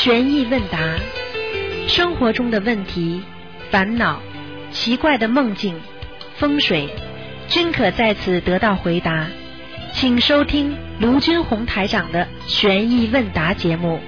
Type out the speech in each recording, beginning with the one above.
悬疑问答，生活中的问题、烦恼、奇怪的梦境、风水，均可在此得到回答。请收听卢军红台长的悬疑问答节目。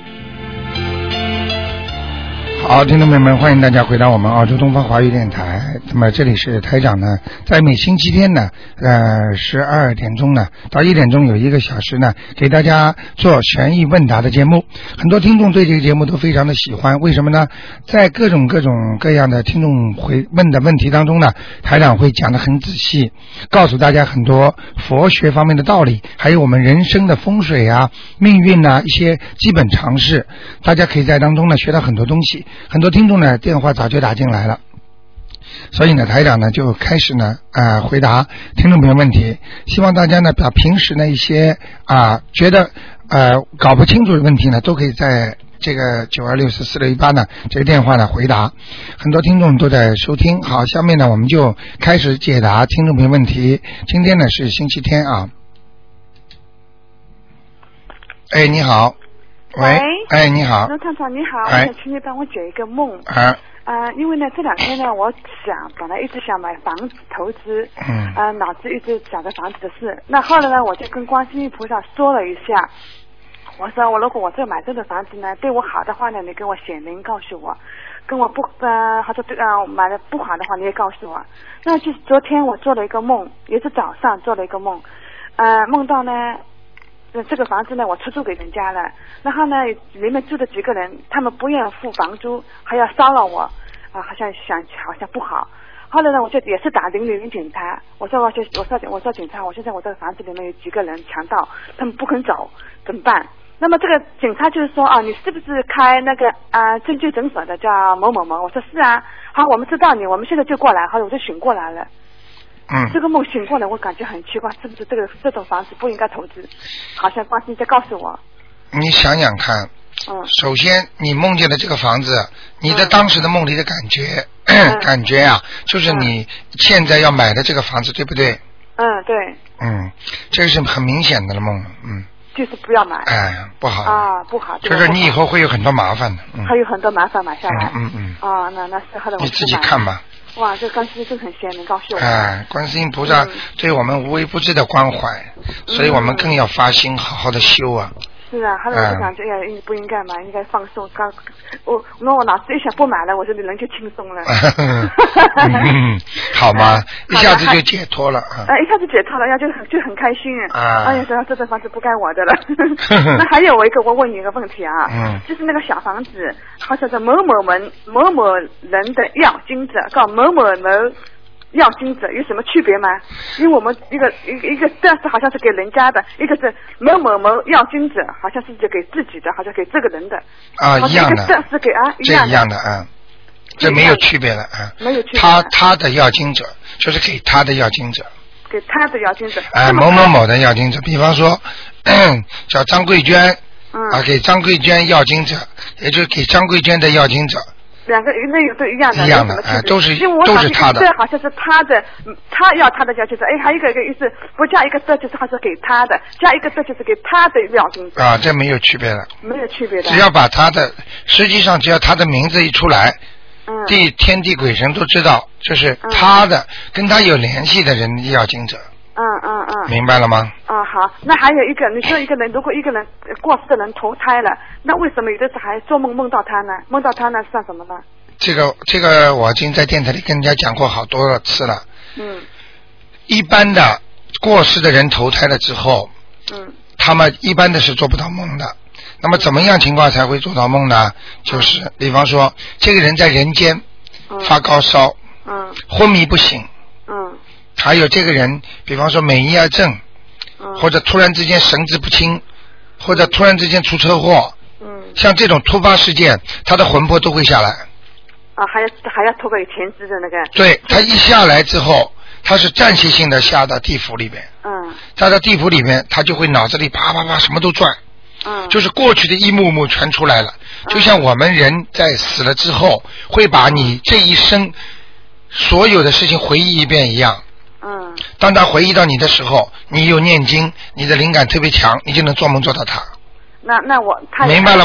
好，听众朋友们，欢迎大家回到我们澳洲东方华语电台。那么这里是台长呢，在每星期天呢，12点钟呢到1点钟有1个小时呢，给大家做悬疑问答的节目。很多听众对这个节目都非常的喜欢，为什么呢？在各种各样的听众问的问题当中呢，台长会讲得很仔细，告诉大家很多佛学方面的道理，还有我们人生的风水啊、命运啊一些基本常识，大家可以在当中呢学到很多东西。很多听众呢电话早就打进来了，所以呢台长呢就开始呢回答听众朋友问题，希望大家呢把平时呢一些觉得搞不清楚的问题呢都可以在这个92644618呢这个电话呢回答。很多听众都在收听。好，下面呢我们就开始解答听众朋友问题。今天呢是星期天啊。哎，你好。喂，哎，你好， 罗探长你好，我想请你帮我解一个梦。因为呢这2天呢，我本来一直想买房子投资，脑子一直想着房子的事。那后来呢，我就跟观世音菩萨说了一下，我说如果我买这个房子呢，对我好的话呢，你跟我显灵告诉我；跟我不他说买的不好的话，你也告诉我。那就是昨天我做了一个梦，也是早上做了一个梦，梦到呢。这个房子呢，我出租给人家了，然后呢，里面住的几个人，他们不愿付房租，还要骚扰我，好像不好。后来呢，我就也是打000警察，我说警察，我现在我这个房子里面有几个人强盗，他们不肯走，怎么办？那么这个警察就是说你是不是开那个针灸诊所的叫某某某？我说是啊，好，我们知道你，我们现在就过来，好，我就醒过来了。这个梦醒过来，我感觉很奇怪，是不是这种房子不应该投资？好像观世音在告诉我。你想想看，首先你梦见的这个房子，你的当时的梦里的感觉，感觉啊，就是你现在要买的这个房子，对不对？ 对。 这是很明显的了梦， 就是不要买。 不好不好。 就是你以后会有很多麻烦的。 还有很多麻烦买下来。那是后来我你自己看吧。 哇，这观世音真很贤能，告诉我。 观世音菩萨对我们无微不至的关怀，所以我们更要发心好好的修啊。 是啊，后来我就感觉不应该买，应该放松。我脑子一想不买了，我这里人就轻松了。 好吗？一下子就解脱了。 一下子解脱了，就很开心。哎呀，这套房子不该我的了。那还有我问你一个问题就是那个小房子，好像是某某门某某人的要经者，告某某人。要经者有什么区别吗？因为我们一个这是好像是给人家的，一个是某某某要经者，好像是给自己的，好像给这个人的一样的， 这是给一样的这没有区别的没有区别。 他的要经者就是给他的要经者， 给他的要经者某某某的要经者，比方说叫张桂娟给张桂娟要经者，也就是给张桂娟的要经者。 两个内容都一样的， 一样的，都是他的。 这好像是他的，他要他的要就是还有一个意思，不加一个的，就是他是给他的，加一个的，就是给他的要经者。 这没有区别的。 没有区别的。 只要把他的，实际上只要他的名字一出来，天地鬼神都知道，就是他的，跟他有联系的人要经者。明白了吗？ 好。那还有一个，你说一个人，如果一个人过世的人投胎了，那为什么有的时候还做梦到他呢？梦到他呢算什么呢？ 这个我已经在电台里跟人家讲过好多次了。一般的过世的人投胎了之后，他们一般的是做不到梦的。那么怎么样情况才会做到梦呢？就是比方说这个人在人间发高烧，昏迷不醒，还有这个人比方说美尼尔症，或者突然之间神志不清，或者突然之间出车祸，像这种突发事件，他的魂魄都会下来。 还要投给前世的那个。 对，他一下来之后，他是暂时性的下到地府里边。他在地府里面，他就会脑子里啪啪啪什么都转。就是过去的一幕幕全出来了。就像我们人在死了之后，会把你这一生所有的事情回忆一遍一样。当他回忆到你的时候，你有念经，你的灵感特别强，你就能做梦做到他。 那他明白了吗？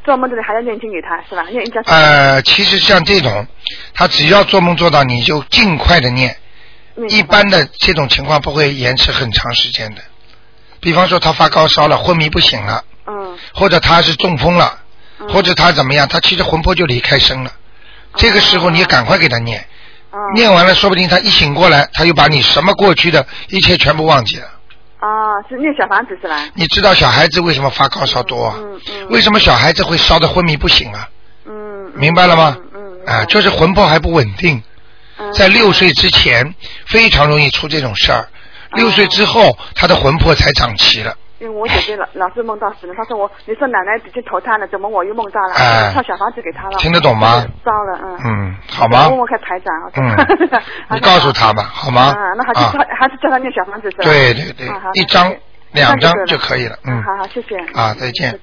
做梦这里还要念经给他是吧？念一张。 其实像这种，他只要做梦做到，你就尽快的念。一般的这种情况不会延迟很长时间的。比方说他发高烧了，昏迷不醒了，或者他是中风了，或者他怎么样，他其实魂魄就离开身了。这个时候你赶快给他念，念完了，说不定他一醒过来，他又把你什么过去的一切全部忘记了。 是念小房子是吧？ 你知道小孩子为什么发高烧多啊？为什么小孩子会烧得昏迷不醒啊？明白了吗？就是魂魄还不稳定，在6岁之前非常容易出这种事儿，6岁之后他的魂魄才长齐了。 因为我姐姐老是梦到死人，她说你说奶奶已经投胎了，怎么我又梦到了？抄小房子给她了。听得懂吗？ 烧了， 好吗？ 问我看台长。 你告诉他吧，好吗？ 那还是叫他念小房子是吧？ 对对对，1张2张就可以了。 好，谢谢。 再见。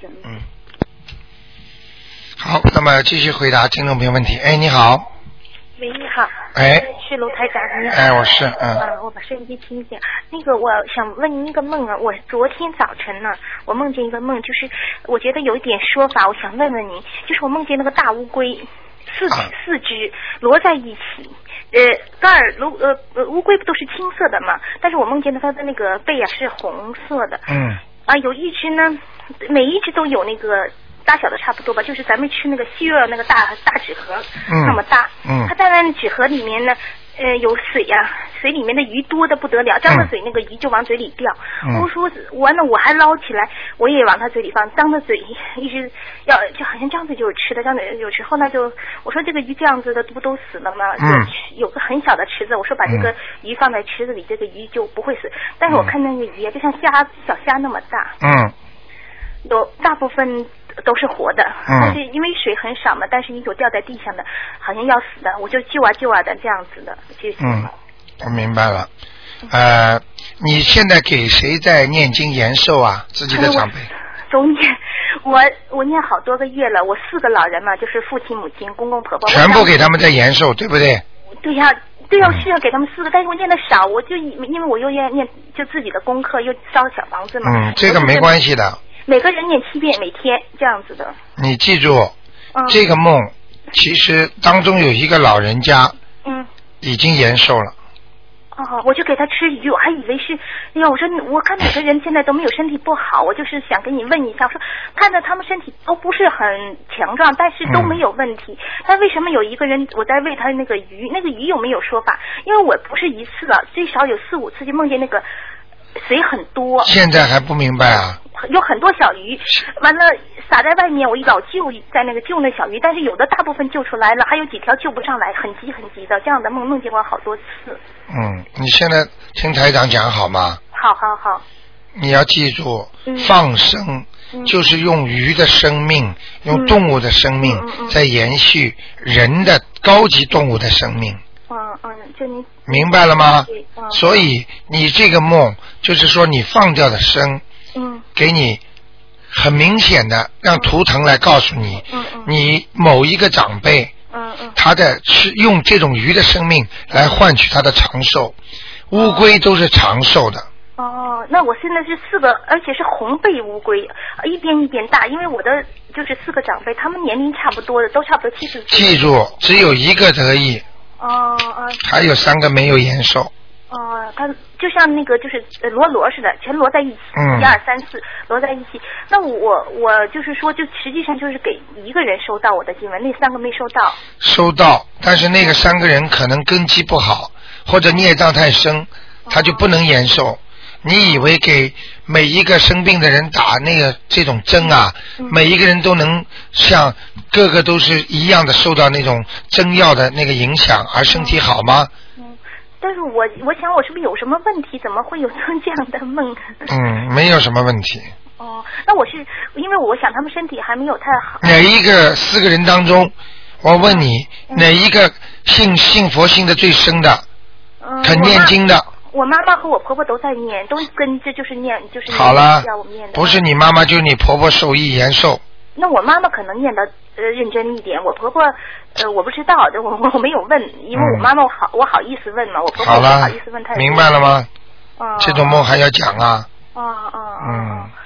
好，那么继续回答听众朋友问题。你好。 喂，你好。是卢台长，你好。我是。我把收音机听一下。那个，我想问您一个梦啊。我昨天早晨呢，我梦见一个梦，就是我觉得有一点说法，我想问问您，就是我梦见那个大乌龟，四只摞在一起。乌龟不都是青色的嘛？但是我梦见它的那个背啊是红色的。有一只呢，每一只都有那个。大小的差不多吧，就是咱们吃那个西药那个大纸盒那么大。它在那纸盒里面呢，有水呀，水里面的鱼多的不得了，张着嘴那个鱼就往嘴里掉。我说完了我还捞起来，我也往它嘴里放，张着嘴一直就好像张嘴就吃的，张嘴就吃。后来我说这个鱼这样子的不都死了吗？有个很小的池子，我说把这个鱼放在池子里，这个鱼就不会死。但是我看那个鱼就像小虾那么大。有大部分都是活的，但是因为水很少嘛，但是有掉在地上的，好像要死的，我就救啊的这样子的， 我明白了。你现在给谁在念经延寿啊？自己的长辈？ 都念，我念好多个月了，我4个老人嘛，就是父亲、母亲、公公、婆婆， 全部给他们在延寿，对不对？ 对呀。是要给他们4个，但是我念的少，我就因为我又念就自己的功课，又烧小房子嘛。 这个没关系的。 每个人念7遍每天这样子的。你记住，这个梦其实当中有一个老人家，已经延寿了。 我就给他吃鱼，我还以为是，我说我看每个人现在都没有身体不好，我就是想跟你问一下，我说看着他们身体都不是很强壮，但是都没有问题，但为什么有一个人我在喂他那个鱼有没有说法？因为我不是1次了，最少有4、5次就梦见那个水很多。现在还不明白啊？有很多小鱼，完了撒在外面，我老救在那个救那小鱼，但是有的大部分救出来了，还有几条救不上来，很急的，这样的梦见过好多次。你现在听台长讲好吗？好。你要记住，放生就是用鱼的生命，用动物的生命在延续人的高级动物的生命。就你明白了吗？所以你这个梦就是说你放掉的生。给你很明显的让图腾来告诉你，你某一个长辈，他的是用这种鱼的生命来换取他的长寿，乌龟都是长寿的。那我现在是4个，而且是红背乌龟，一边一边大，因为我的就是4个长辈，他们年龄差不多的，都差不多70岁。记住，只有1个得意，还有3个没有延寿。它就像那个就是摞似的，全摞在一起，1、2、3、4摞在一起。那我就是说，就实际上就是给1个人收到我的经文，那3个没收到。收到，但是那个3个人可能根基不好，或者孽障太深，他就不能延寿。你以为给每一个生病的人打那个这种针啊，每一个人都能像个个都是一样的受到那种针药的那个影响而身体好吗？但是我想我是不是有什么问题？怎么会有这样的梦？没有什么问题。那我是因为我想他们身体还没有太好。哪一个4个人当中，我问你，哪一个信佛信的最深的，肯念经的？我妈妈和我婆婆都在念，都跟着就是念，就是好了，不是你妈妈就是你婆婆受益延寿。那我妈妈可能念的认真一点，我婆婆我不知道，我没有问，因为我妈妈我好意思问嘛，我婆婆不好意思问太多。明白了吗？这种梦还要讲啊？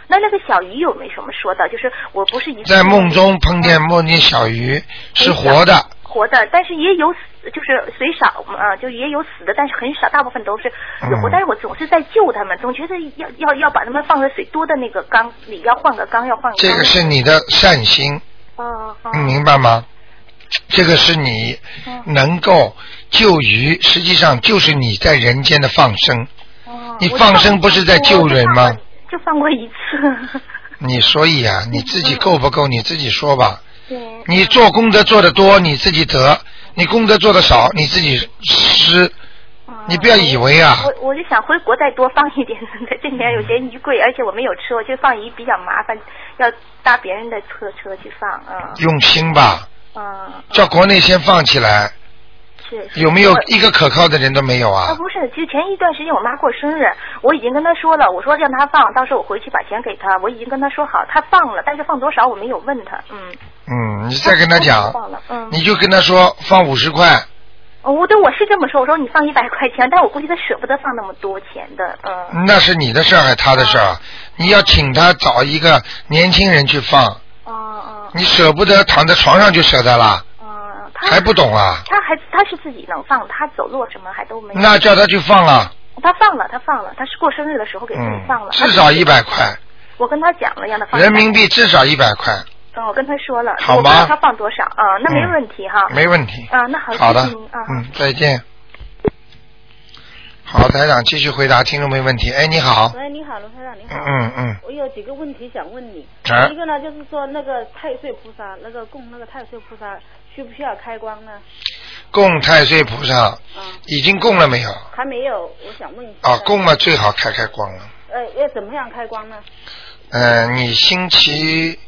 那个小鱼有没什么说的？就是我不是一在梦中梦见小鱼是活的。 活的，但是也有死，就是虽少就也有死的，但是很少，大部分都是有活。但是我总是在救他们，总觉得要把他们放在水多的那个缸里，要换个缸，要换个缸。 这个是你的善心，明白吗？这个是你能够救鱼，实际上就是你在人间的放生。你放生不是在救人吗？ 就放过一次。 你所以啊，你自己够不够？你自己说吧。你做功德做得多，你自己得；你功德做得少，你自己失。你不要以为啊。 我就想回国再多放一点，这里面有些鱼贵，而且我没有车，就放鱼比较麻烦，要搭别人的车去放。 用心吧。叫国内先放起来。有没有一个可靠的人都没有啊？ 不是，其实前一段时间我妈过生日，我已经跟她说了，我说让她放，到时候我回去把钱给她，我已经跟她说好，她放了，但是放多少我没有问她。 你再跟她讲，你就跟她说放50块。 我是这么说，我说你放100块钱，但我估计她舍不得放那么多钱的。 那是你的事儿还是她的事儿？你要请她找一个年轻人去放。你舍不得躺在床上就舍得了。还不懂啊？ 他是自己能放，他走路什么还都没有。 那叫他去放啊。 他放了，他是过生日的时候给自己放了。 至少100块。 我跟他讲了，让他放。 人民币至少100块。 我跟他说了。 好吗？ 我不知道他放多少啊？那没问题哈。 没问题。 那好。 好的。 谢谢您啊。 再见。好，台长继续回答听众没问题。哎，你好。 喂，你好，罗台长，你好。我有几个问题想问你。一个呢，就是说那个太岁菩萨，供那个太岁菩萨，需不需要开光呢？ 供太岁菩萨。已经供了没有？ 还没有，我想问一下。 供了最好开光了。 要怎么样开光呢？ 你星期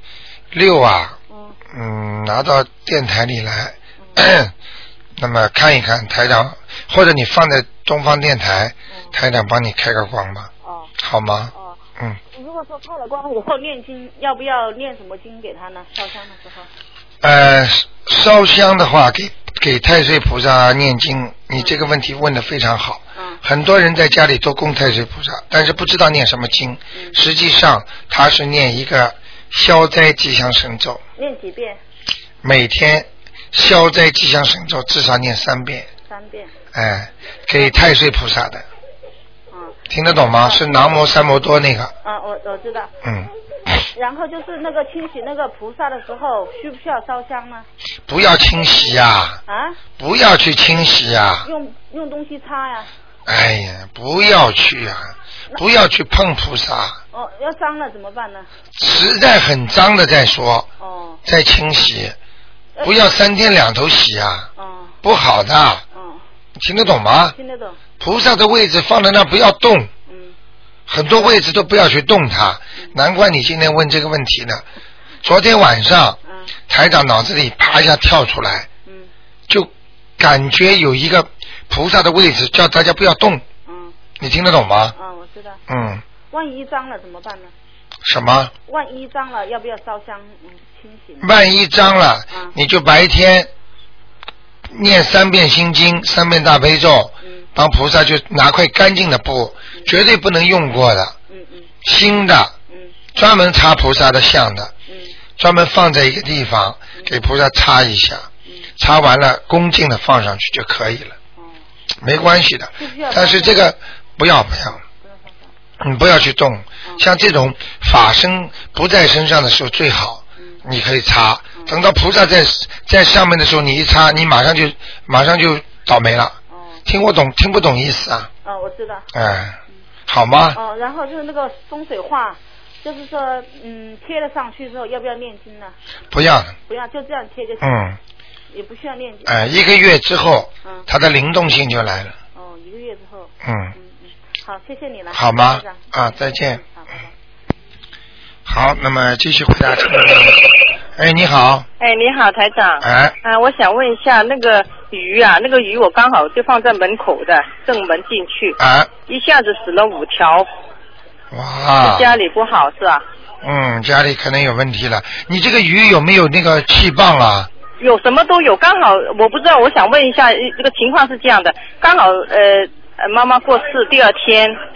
6啊，拿到电台里来，那么看一看台长，或者你放在东方电台，台长帮你开个光吧。好吗？ 如果说开了光以后念经，要不要念什么经给他呢？烧香的时候。 烧香的话，给太岁菩萨念经，你这个问题问得非常好。很多人在家里都供太岁菩萨，但是不知道念什么经。实际上他是念一个消灾吉祥神咒。 念几遍？每天消灾吉祥神咒至少念3遍。 3遍。 给太岁菩萨的。听得懂吗？是南无三摩多那个。 我知道。然后就是那个清洗那个菩萨的时候，需不需要烧香呢？ 不要清洗呀。不要去清洗呀。 用东西擦呀。 哎呀，不要去呀，不要去碰菩萨。 要脏了怎么办呢？ 实在很脏的再说。再清洗，不要3天2头洗呀。不好的。听得懂吗？ 听得懂。 菩萨的位置放在那不要动。很多位置都不要去动它。难怪你今天问这个问题呢。昨天晚上台长脑子里啪一下跳出来，就感觉有一个菩萨的位置叫大家不要动。你听得懂吗？ 我知道。万一脏了怎么办呢？ 什么？ 万一脏了要不要烧香清洗？ 万一脏了你就白天念3遍心经3遍大悲咒，帮菩萨就拿块干净的布，绝对不能用过的，新的，专门擦菩萨的像的，专门放在一个地方给菩萨擦一下，擦完了恭敬的放上去就可以了，没关系的。但是这个不要，你不要去动。像这种法身不在身上的时候最好，你可以擦。等到菩萨在上面的时候，你一擦，你马上就倒霉了。听不懂意思啊？ 我知道。 好吗？ 然后就是那个风水画，就是说贴了上去之后要不要念经呢？ 不要， 就这样贴就行。也不需要念经。 1个月之后，它的灵动性就来了。 1个月之后。好，谢谢你了。 好吗？再见。 好，拜拜。 好，那么继续回答这个问题。你好。 你好，台长。我想问一下那个鱼啊，那个鱼我刚好就放在门口的正门进去，一下子死了5条。 哇！ 家里不好是吧？ 家里可能有问题了。你这个鱼有没有那个气棒啊？ 有，什么都有。刚好我不知道，我想问一下，这个情况是这样的，刚好妈妈过世第2天，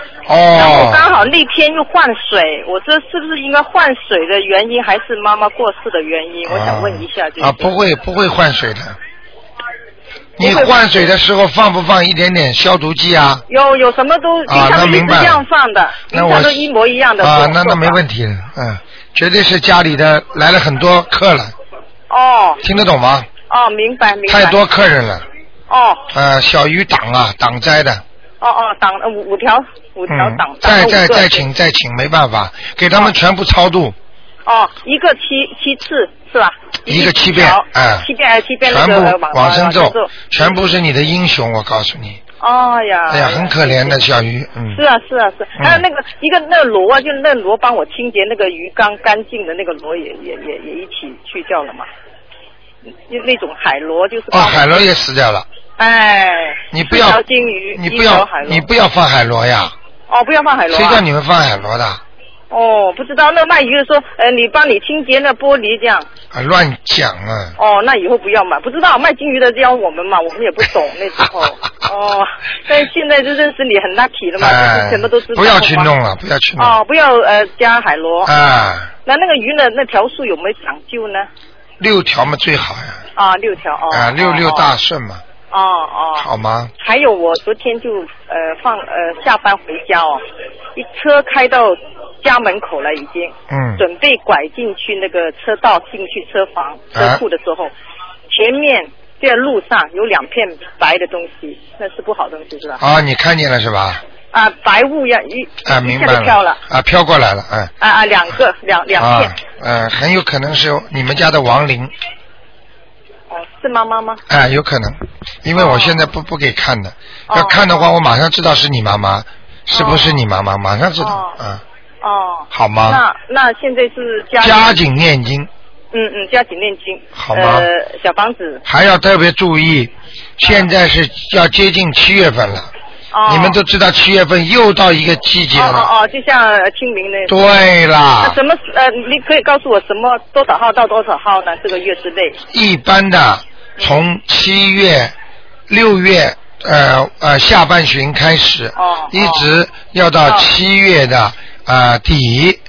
然后刚好那天又换水，我这是不是应该换水的原因，还是妈妈过世的原因？我想问一下这个。 不会换水的。你换水的时候放不放一点点消毒剂啊？ 有什么都平常都是这样放的，平常都一模一样的。 那没问题的，绝对是家里的来了很多客了。听得懂吗？ 明白。 太多客人了。小鱼挡灾的。 挡五条挡。 再请，没办法，给他们全部超度。 一个七次是吧？ 一个7遍 ，7遍那个往生咒，全部是你的英雄，我告诉你。 哎呀， 很可怜的小鱼。 是啊。还有那个螺啊，就是那螺帮我清洁那个鱼缸干净的那个螺也一起去掉了嘛。那种海螺就是。 海螺也死掉了。你不要金鱼， 你不要放海螺呀。 不要放海螺。 谁叫你们放海螺的？ 不知道。那卖鱼的说，你帮你清洁那玻璃这样。 乱讲啊！ 那以后不要买。不知道卖金鱼的教我们嘛，我们也不懂那时候。但是现在就认识你很 lucky 了嘛，就是什么都知道。 不要去弄了，不要去弄。 不要加海螺。那个鱼的那条数有没有讲究呢 ？6条嘛最好呀。 6条六大顺嘛。好吗？ 还有我昨天就下班回家一车开到家门口了已经，准备拐进去那个车道进去车房车库的时候，前面在路上有2片白的东西，那是不好东西是吧？ 你看见了是吧？ 白雾呀一下就飘了。飘过来了两片。 很有可能是你们家的亡灵。 是妈妈吗？ 有可能，因为我现在不给看的，要看的话我马上知道是你妈妈，是不是你妈妈？马上知道。好吗？ 那现在是加紧念经。 加紧念经。 好吗？ 小房子还要特别注意，现在是要接近7月份了。你们都知道7月份又到一个季节了。 就像清明那。 对啦。 什么你可以告诉我什么多少号到多少号呢？这个月之内。 一般的从7月、6月下半旬开始，一直要到7月的底。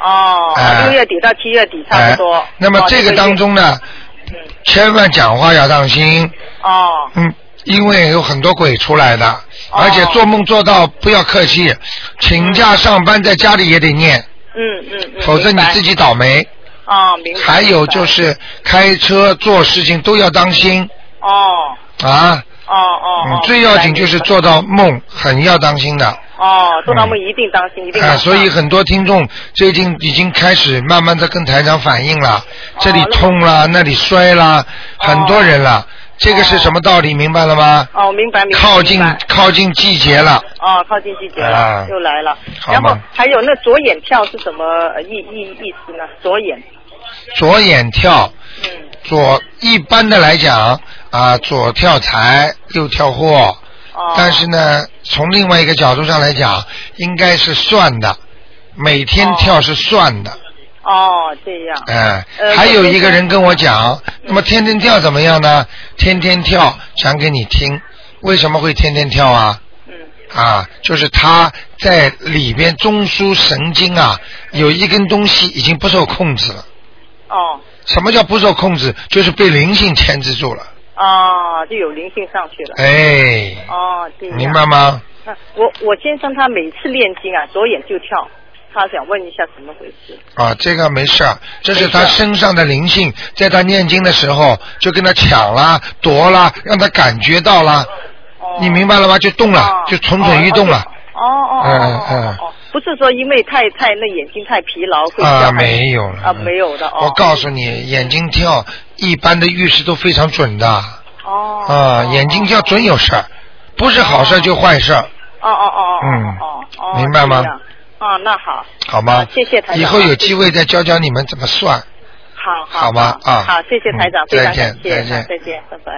6月底到7月底差不多。 那么这个当中呢，千万讲话要当心。因为有很多鬼出来的，而且做梦做到不要客气，请假上班在家里也得念。否则你自己倒霉。 明白。 还有就是开车做事情都要当心。最要紧就是做到梦很要当心的。 做到梦一定当心，一定。 所以很多听众最近已经开始慢慢的跟台长反映了，这里痛了，那里摔了，很多人了。这个是什么道理？明白了吗？ 明白。 靠近季节了。 靠近季节了，又来了。然后还有那左眼跳是什么意思呢？左眼跳。一般的来讲左跳财，右跳祸。但是呢，从另外一个角度上来讲，应该是算的，每天跳是算的。 这样。 还有一个人跟我讲，那么天天跳怎么样呢？天天跳讲给你听，为什么会天天跳啊？就是他在里边中枢神经有一根东西已经不受控制了。什么叫不受控制？就是被灵性牵制住了。 就有灵性上去了。这样。 明白吗？ 我先生他每次练经左眼就跳。他想问一下怎么回事？ 这个没事，这是他身上的灵性，在他念经的时候就跟他抢了、夺了，让他感觉到了。你明白了吗？就动了，就蠢蠢欲动了。 不是说因为太那眼睛太疲劳会没有了。 没有的。 我告诉你，眼睛跳一般的预示都非常准的。眼睛跳准有事儿，不是好事就坏事。明白吗？ 那好。 好吗？ 谢谢台长。 以后有机会再教教你们怎么算。好吗？ 好，谢谢台长，非常感谢。 再见，拜拜。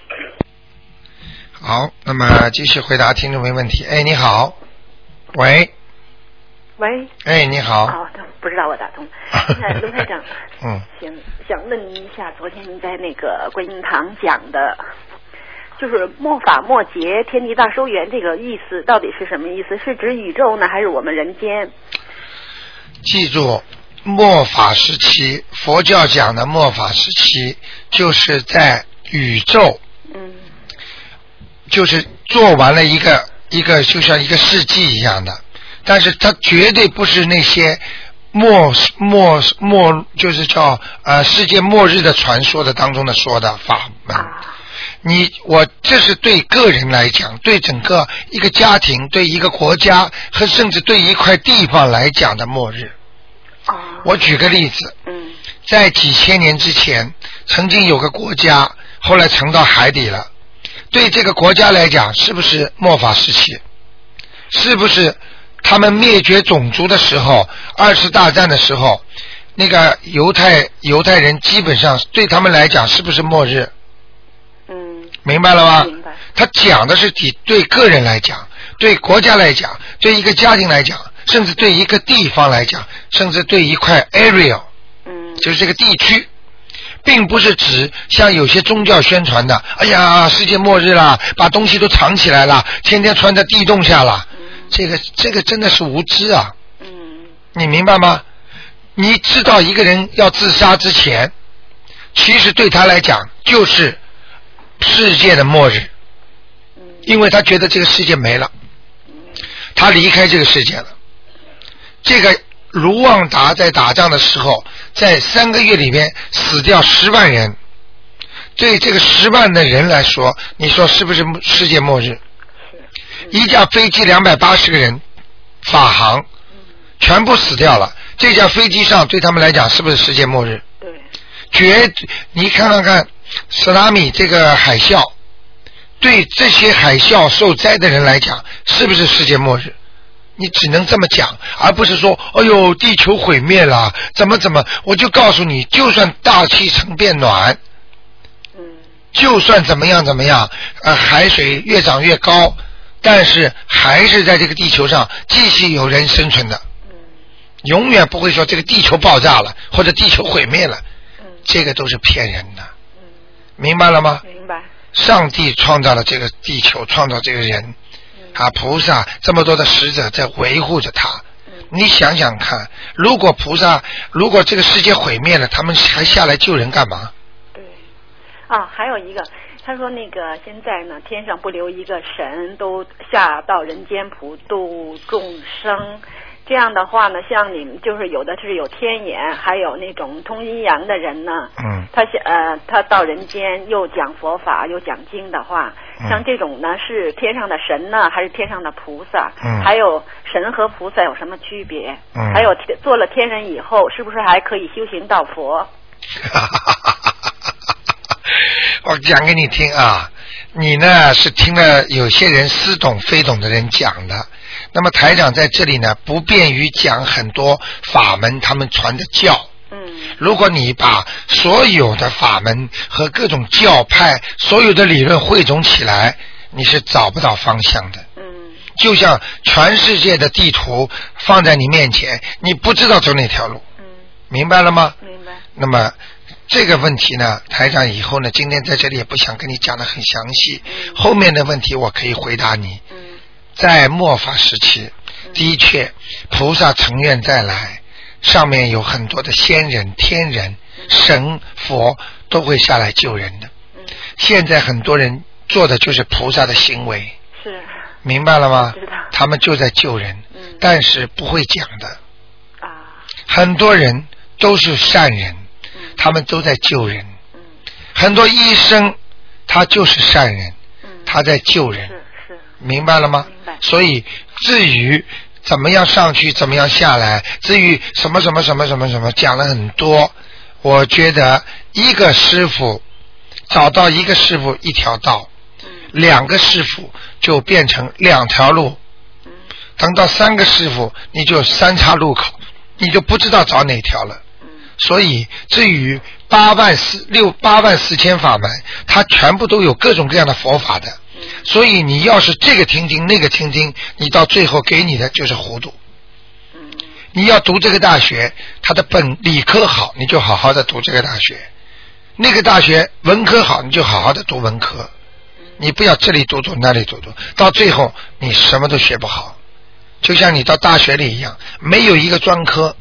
好，那么继续回答听众没问题。你好。喂。你好。 不知道我打通。卢台长。想问您一下，昨天您在那个观音堂讲的就是末法末节天地大收圆这个意思到底是什么意思？是指宇宙呢，还是我们人间？ 记住，末法时期，佛教讲的末法时期，就是在宇宙，就是做完了一个就像一个世纪一样的，但是它绝对不是那些就是叫世界末日的传说的当中的说的法门。我这是对个人来讲，对整个一个家庭，对一个国家和甚至对一块地方来讲的末日。我举个例子，在几千年之前曾经有个国家后来沉到海底了，对这个国家来讲是不是末法时期？是不是他们灭绝种族的时候，二次大战的时候，那个犹太人基本上对他们来讲是不是末日？明白了吗？明白。他讲的是对个人来讲，对国家来讲，对一个家庭来讲，甚至对一个地方来讲，甚至对一块 area，就是这个地区，并不是指像有些宗教宣传的，哎呀，世界末日了，把东西都藏起来了，天天穿在地洞下了，这个真的是无知啊！你明白吗？你知道一个人要自杀之前，其实对他来讲就是世界的末日，因为他觉得这个世界没了，他离开这个世界了。这个卢旺达在打仗的时候，在3个月里面死掉10万人，对这个10万的人来说，你说是不是世界末日？一架飞机280个人法航全部死掉了，这架飞机上对他们来讲是不是世界末日？对，你看看斯拉米这个海啸，对这些海啸受灾的人来讲是不是世界末日？你只能这么讲，而不是说哎呦地球毁灭了怎么，我就告诉你，就算大气层变暖，就算怎么样海水越涨越高，但是还是在这个地球上继续有人生存的，永远不会说这个地球爆炸了或者地球毁灭了，这个都是骗人的，明白了吗？明白。上帝创造了这个地球，创造这个人菩萨这么多的使者在维护着他，你想想看，如果这个世界毁灭了，他们还下来救人干嘛？对还有一个他说那个现在呢，天上不留一个神，都下到人间普度众生。这样的话呢，像你们就是有的是有天眼，还有那种通阴阳的人呢，他到人间又讲佛法又讲经的话，像这种呢是天上的神呢，还是天上的菩萨？还有神和菩萨有什么区别？还有做了天人以后，是不是还可以修行到佛？ 我讲给你听啊，你呢是听了有些人似懂非懂的人讲的。那么台长在这里呢，不便于讲很多法门他们传的教。如果你把所有的法门和各种教派所有的理论汇总起来，你是找不到方向的。就像全世界的地图放在你面前，你不知道走哪条路。明白了吗？明白。那么这个问题呢，台长以后呢，今天在这里也不想跟你讲得很详细，后面的问题我可以回答你。在末法时期，的确菩萨成愿再来，上面有很多的仙人、天人、神、佛都会下来救人的。现在很多人做的就是菩萨的行为，是明白了吗？他们就在救人，但是不会讲的。很多人都是善人，他们都在救人。很多医生他就是善人，他在救人。明白了吗？所以至于怎么样上去怎么样下来，至于什么讲了很多，我觉得一个师傅找到一个师傅一条道，2个师傅就变成2条路，等到3个师傅你就3岔路口，你就不知道找哪条了。所以至于8万4千法门，它全部都有各种各样的佛法的，所以你要是这个听听那个听听，你到最后给你的就是糊涂。你要读这个大学，它的理科好，你就好好的读这个大学；那个大学文科好，你就好好的读文科。 你不要这里读读那里读读，到最后你什么都学不好。就像你到大学里一样，没有一个专科。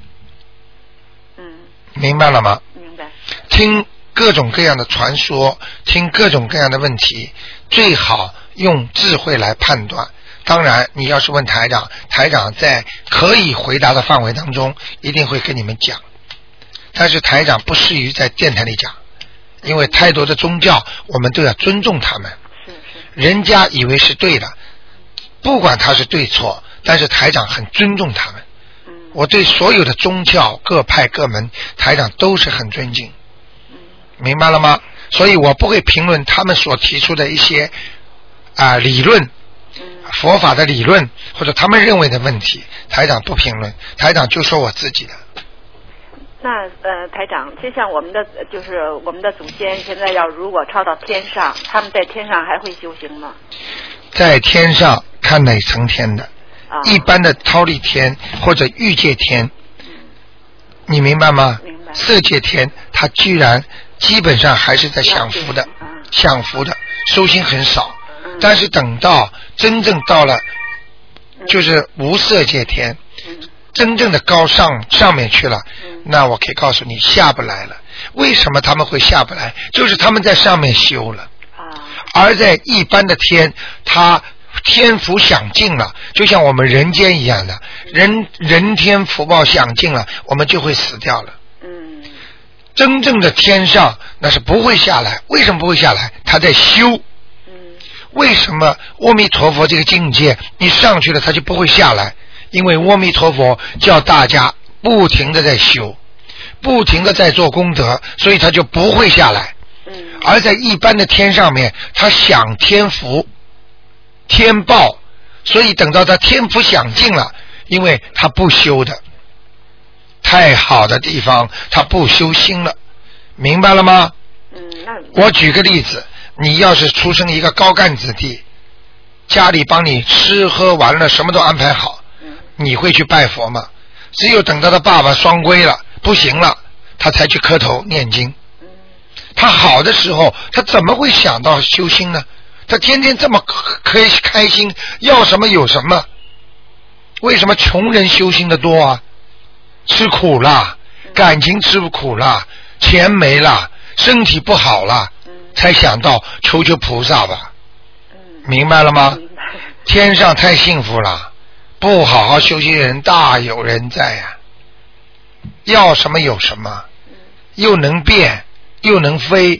明白了吗？ 明白。 听各种各样的传说，听各种各样的问题，最好用智慧来判断。当然你要是问台长，台长在可以回答的范围当中一定会跟你们讲，但是台长不适宜在电台里讲，因为太多的宗教我们都要尊重他们，人家以为是对的，不管他是对错，但是台长很尊重他们。我对所有的宗教各派各门台长都是很尊敬，明白了吗？所以我不会评论他们所提出的一些理论，佛法的理论或者他们认为的问题，台长不评论，台长就说我自己的。 那台长，就像我们的就是我们的祖先现在要如果超到天上，他们在天上还会修行吗？ 在天上看哪层天的。一般的忉利天或者欲界天，你明白吗？ 明白。 色界天他居然基本上还是在享福的，享福的，修行很少。但是等到真正到了就是无色界天，真正的高上面去了，那我可以告诉你下不来了。为什么他们会下不来？就是他们在上面修了，而在一般的天他天福享尽了，就像我们人间一样的，人天福报享尽了，我们就会死掉了。真正的天上那是不会下来，为什么不会下来？他在修。为什么阿弥陀佛这个境界你上去了他就不会下来？因为阿弥陀佛叫大家不停的在修，不停的在做功德，所以他就不会下来。而在一般的天上面他享天福天报，所以等到他天福享尽了，因为他不修的，太好的地方他不修心了，明白了吗？我举个例子，你要是出生一个高干子弟，家里帮你吃喝玩乐什么都安排好，你会去拜佛吗？只有等到他爸爸双规了不行了，他才去磕头念经。他好的时候他怎么会想到修心呢？他天天这么开心，要什么有什么。为什么穷人修心的多啊？吃苦了，感情吃苦了，钱没了，身体不好了，才想到求菩萨吧。明白了吗？天上太幸福了，不好好修心的人大有人在啊。要什么有什么，又能变又能飞。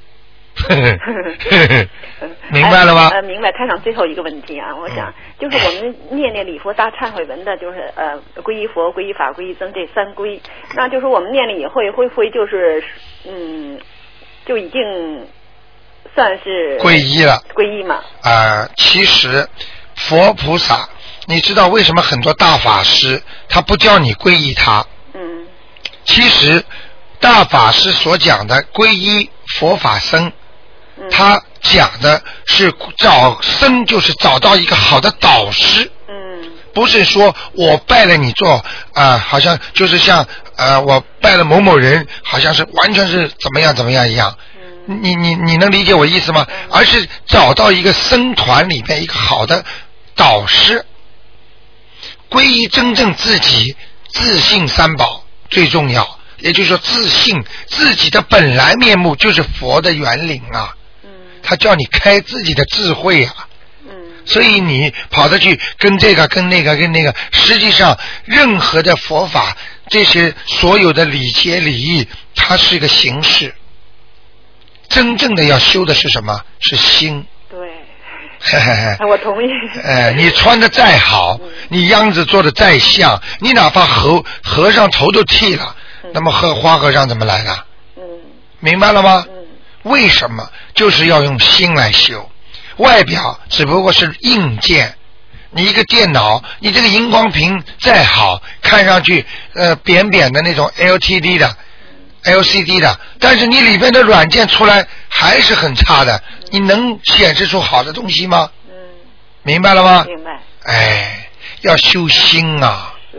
明白了吗？ 明白。台长最后一个问题啊，我想就是我们念礼佛大忏悔文的，就是皈依佛、皈依法、皈依僧这三皈，那就是我们念了以后会不会就是就已经算是皈依了？ 皈依嘛？ 其实佛菩萨，你知道为什么很多大法师他不叫你皈依他？其实大法师所讲的皈依佛法僧，他讲的是找僧就是找到一个好的导师，不是说我拜了你做好像就是像我拜了某某人，好像是完全是怎么样一样。你能理解我意思吗？而是找到一个僧团里面一个好的导师，皈依真正自己，自信三宝最重要。也就是说自信自己的本来面目就是佛的原灵啊，他叫你开自己的智慧啊，所以你跑得去跟这个跟那个，实际上任何的佛法这些所有的礼节礼仪它是一个形式，真正的要修的是什么？是心。 对，我同意。 你穿的再好，你样子做的再像，你哪怕和尚头都剃了，那么花和尚怎么来的？明白了吗？为什么？就是要用心来修，外表只不过是硬件。你一个电脑，你这个荧光屏再好，看上去扁扁的那种 LCD 的，但是你里边的软件出来还是很差的，你能显示出好的东西吗？明白了吗？ 明白。 要修心啊。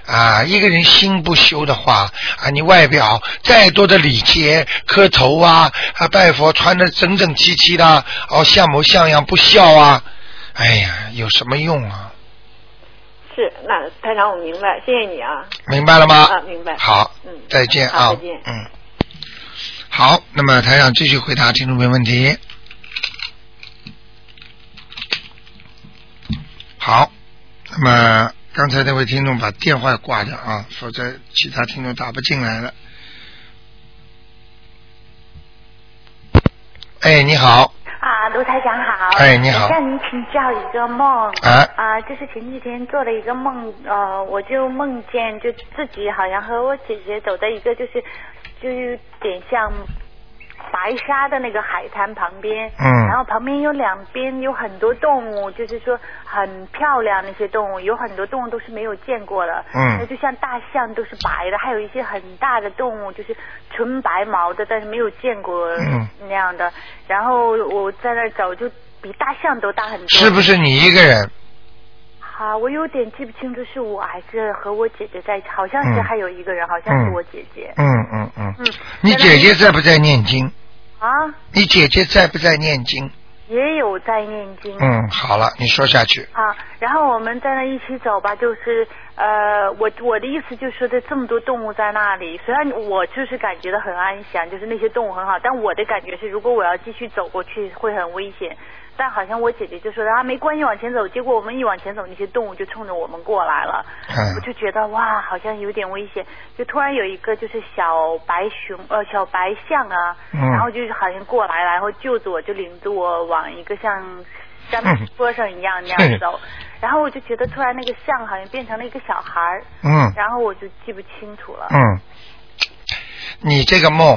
一个人心不修的话你外表再多的礼节磕头拜佛穿得整整齐齐的像模像样不孝哎呀有什么用啊？ 是，那台长我明白，谢谢你啊。 明白了吗？ 明白。 好，再见啊。 再见。 好，那么台长继续回答听众朋友问题。好，那么刚才那位听众把电话挂掉否则其他听众打不进来了。你好。 卢台长好。 你好。 我向您请教一个梦。就是前几天做了一个梦，我就梦见就自己好像和我姐姐走在一个就有点像白沙的那个海滩旁边，然后旁边有两边有很多动物，就是说很漂亮，那些动物有很多动物都是没有见过的，就像大象都是白的，还有一些很大的动物就是纯白毛的，但是没有见过那样的，然后我在那走就比大象都大很多。是不是你一个人？ 我有点记不清楚是我还是和我姐姐在一起，好像是还有一个人，好像是我姐姐。你姐姐在不在念经？你姐姐在不在念经？ 也有在念经。 好了，你说下去。 然后我们在那一起走吧，就是我的意思就是说，这么多动物在那里，虽然我就是感觉到很安详，就是那些动物很好，但我的感觉是，如果我要继续走过去会很危险。但好像我姐姐就说没关系往前走，结果我们一往前走，那些动物就冲着我们过来了，我就觉得哇好像有点危险，就突然有一个就是小白象然后就是好像过来了，然后救着我，就领着我往一个像山坡上一样那样走，然后我就觉得突然那个象好像变成了一个小孩然后我就记不清楚了。 你这个梦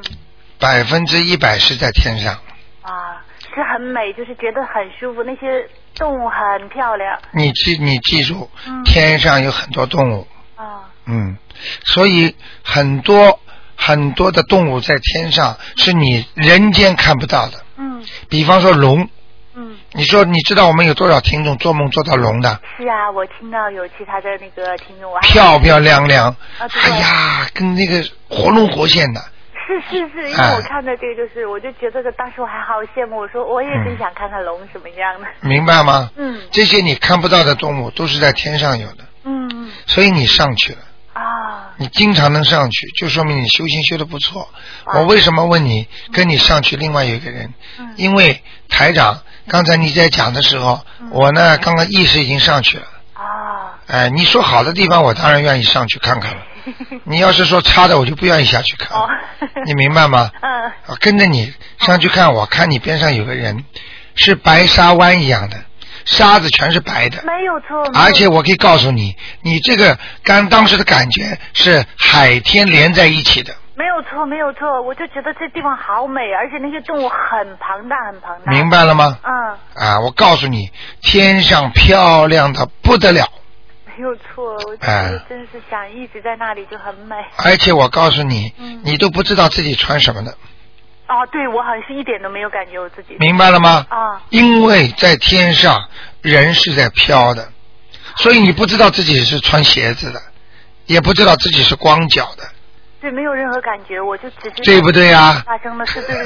100%是在天上是很美，就是觉得很舒服，那些动物很漂亮。你记住，天上有很多动物所以很多的动物在天上是你人间看不到的。比方说龙。你说你知道我们有多少听众做梦做到龙的？ 是我听到有其他的那个听众漂漂亮亮跟那个活龙活现的。 是，因为我看到这个就是我就觉得当时我还好羡慕，我说我也真想看看龙什么样的。 明白吗？这些你看不到的动物都是在天上有的。所以你上去了你经常能上去，就说明你修行修得不错。我为什么问你跟你上去另外有一个人？因为台长刚才你在讲的时候我呢刚刚意识已经上去了你说好的地方我当然愿意上去看看了你要是说差的我就不愿意下去看你明白吗？我跟着你上去看，我看你边上有个人是白沙湾一样的，沙子全是白的， 没有错。 而且我可以告诉你，你这个当时的感觉是海天连在一起的。 没有错，我就觉得这地方好美，而且那些动物很庞大。 明白了吗？我告诉你，天上漂亮的不得了。 没有错，我觉得真是想一直在那里就很美。 而且我告诉你，你都不知道自己穿什么的。 对，我好像是一点都没有感觉我自己。 明白了吗？因为在天上人是在飘的，所以你不知道自己是穿鞋子的，也不知道自己是光脚的。 对，没有任何感觉，我就只是对不对啊？ 发生的事，对。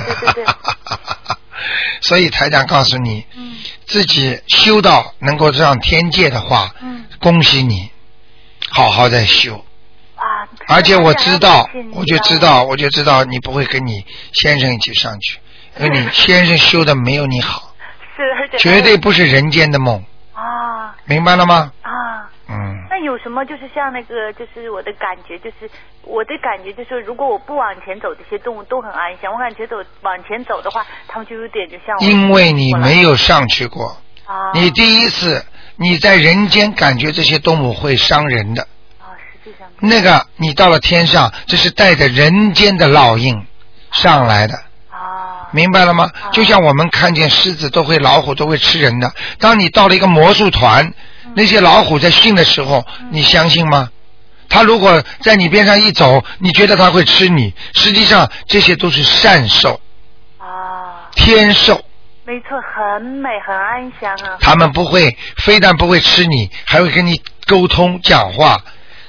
所以台长告诉你，自己修到能够上天界的话，恭喜你，好好在修。而且我知道，我就知道你不会跟你先生一起上去，因为你先生修的没有你好，绝对不是人间的梦明白了吗？ 那有什么就是像那个就是我的感觉就是如果我不往前走，这些动物都很安详，我感觉往前走的话他们就有点就像我， 因为你没有上去过你第一次你在人间感觉这些动物会伤人的实际上那个你到了天上，这是带着人间的烙印上来的明白了吗？就像我们看见狮子都会老虎都会吃人的，当你到了一个魔术团那些老虎在训的时候你相信吗？他如果在你边上一走，你觉得他会吃你，实际上这些都是善兽天兽， 没错，很美很安详他们不会，非但不会吃你，还会跟你沟通讲话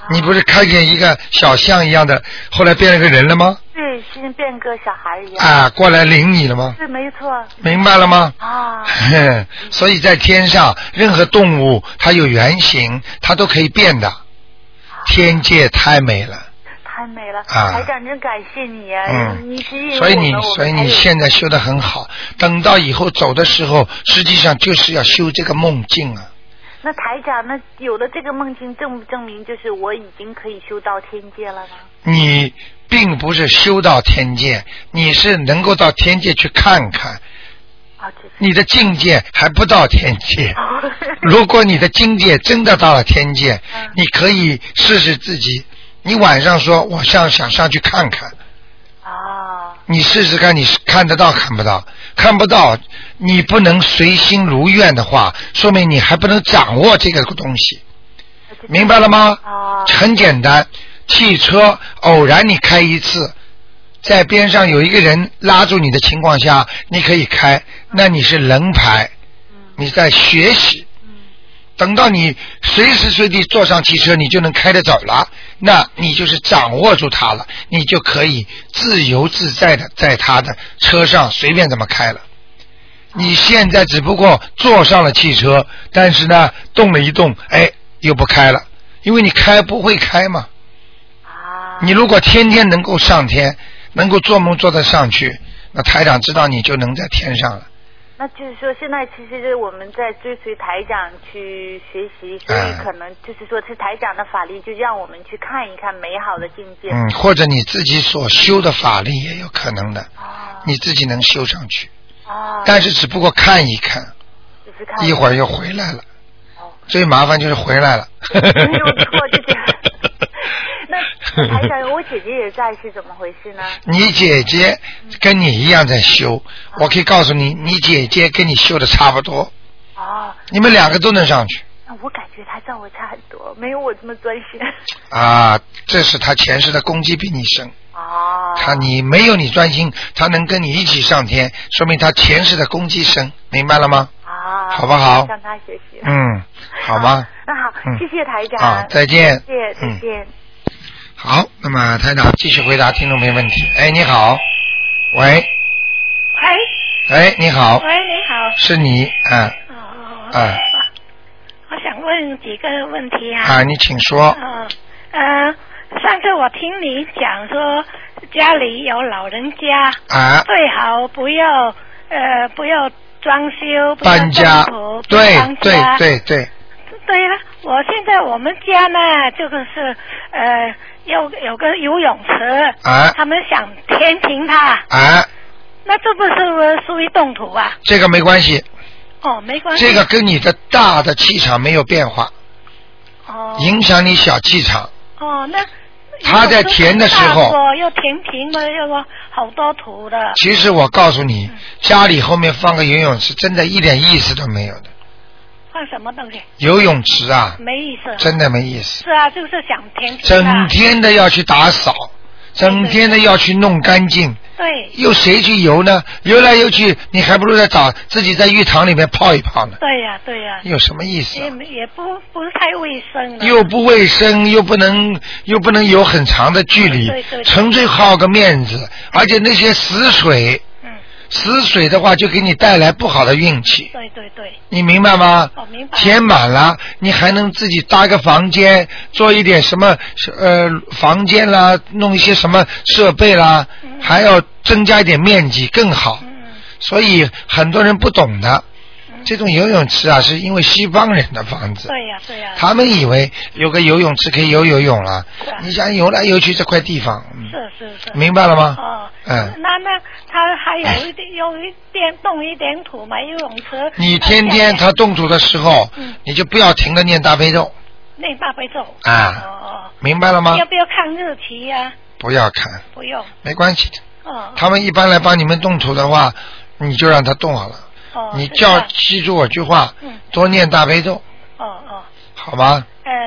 你不是看见一个小象一样的，后来变了个人了吗？ 对，现在变个小孩一样。 啊，过来领你了吗？ 是没错。 明白了吗？ 啊。 所以在天上，任何动物它有原型，它都可以变的。天界太美了。 太美了，台长真感谢你啊！你所以你现在修得很好，等到以后走的时候，实际上就是要修这个梦境啊。 那台长，那有了这个梦境，证不证明就是我已经可以修到天界了呢？ 你并不是修到天界，你是能够到天界去看看。你的境界还不到天界。如果你的境界真的到了天界，你可以试试自己。你晚上说我想上去看看，你试试看，你看得到看不到？看不到，你不能随心如愿的话，说明你还不能掌握这个东西，明白了吗？很简单，汽车偶然你开一次，在边上有一个人拉住你的情况下，你可以开，那你是人牌，你在学习。等到你随时随地坐上汽车，你就能开得走了，那你就是掌握住它了，你就可以自由自在的在它的车上随便怎么开了。你现在只不过坐上了汽车，但是呢动了一动，又不开了，因为你不会开嘛。你如果天天能够上天，能够做梦做得上去，那台长知道你就能在天上了。 那就是说，现在其实我们在追随台长去学习，所以可能就是说是台长的法力，就让我们去看一看美好的境界。 或者你自己所修的法力也有可能的，你自己能修上去。但是只不过看一看，一会儿又回来了。最麻烦就是回来了。 没有错，就这样。那台长，我姐姐也在，是怎么回事呢？ 你姐姐跟你一样在修，我可以告诉你，你姐姐跟你修的差不多。你们两个都能上去。 我感觉她照我差很多，没有我这么专心。 这是她前世的功基比你深。你没有你专心，她能跟你一起上天，说明她前世的功基深，明白了吗？好不好？ 向她学习。 好吗？ 那好，谢谢台长。 再见。 谢谢，再见。 好，那么台长继续回答听众没问题。你好，喂。你好。 喂，你好。 是你， 我想问几个问题啊。 你请说。 上次我听你讲说家里有老人家，最好不要装修， 搬家，对。 对了，我们家呢，就是有个游泳池，他们想填平它，那这不是属于动土啊？ 这个没关系。 没关系。 这个跟你的大的气场没有变化，影响你小气场。 那他在填的时候， 要填平了，要好多土的。 其实我告诉你，家里后面放个游泳池，真的一点意思都没有的。 放什么东西？ 游泳池啊， 没意思， 真的没意思。 是啊，就是想填平。 整天的要去打扫，整天的要去弄干净。 对。 又谁去游呢？游来游去，你还不如自己在浴堂里面泡一泡呢。 对呀。 有什么意思？ 也不是太卫生了。 又不卫生，又不能游很长的距离，纯粹耗个面子，而且那些死水的话就给你带来不好的运气。 对。 你明白吗？ 明白。 填满了，你还能自己搭个房间，做一点什么房间啦，弄一些什么设备啦，还要增加一点面积更好。所以很多人不懂的。这种游泳池是因为西方人的房子。 对呀。 他们以为有个游泳池可以游泳了。你想游来游去这块地方。 是。 明白了吗？ 那他还有一点动一点土嘛，游泳池。 你天天他动土的时候，你就不要停的念大悲咒。 念大悲咒。 明白了吗？ 要不要看日期呀？ 不要看。 不用。 没关系的。他们一般来帮你们动土的话，你就让他动好了。你记住我句话，多念大悲咒。好吧。 我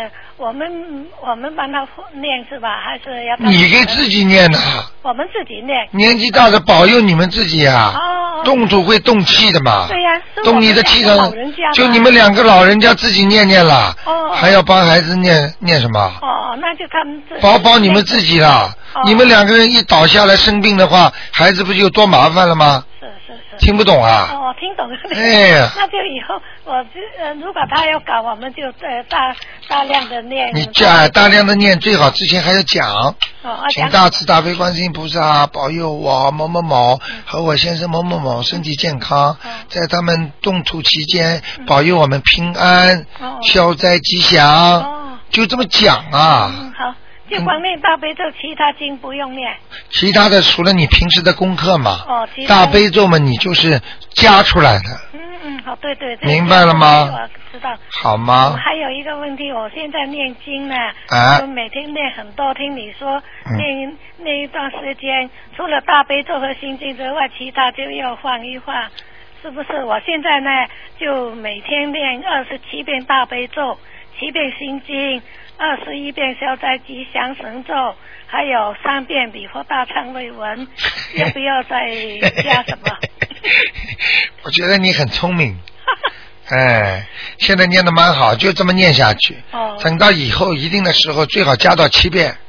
我们帮他念是吧？还是要你给自己念的？ 我们自己念。 年纪大的保佑你们自己啊！动土会动气的嘛。 对呀， 动你的气场，就你们2个老人家自己念了，还要帮孩子念什么？ 那就他们保你们自己了。你们2个人一倒下来生病的话，孩子不就多麻烦了吗？ 是。 听不懂啊？ 听懂了。 哎呀， 那就以后如果他要搞，我们就大量的念。 你大量的念最好，之前还要讲。请大慈大悲观世音菩萨保佑我某某某和我先生某某某身体健康，在他们动土期间保佑我们平安，消灾吉祥，就这么讲啊。 好。就光念大悲咒，其他经不用念。 其他的除了你平时的功课嘛。大悲咒嘛，你就是加出来的。 好，对。 明白了吗？ 我知道。 好吗？ 我还有一个问题，我现在念经呢，我每天念很多，听你说念一段时间，除了大悲咒和心经之外，其他就要换一换，是不是？我现在呢，就每天念27遍大悲咒，7遍心经。21遍消灾吉祥神咒，还有3遍礼佛大忏悔文，要不要再加什么？ 我觉得你很聪明，现在念得蛮好，就这么念下去。等到以后一定的时候，最好加到7遍。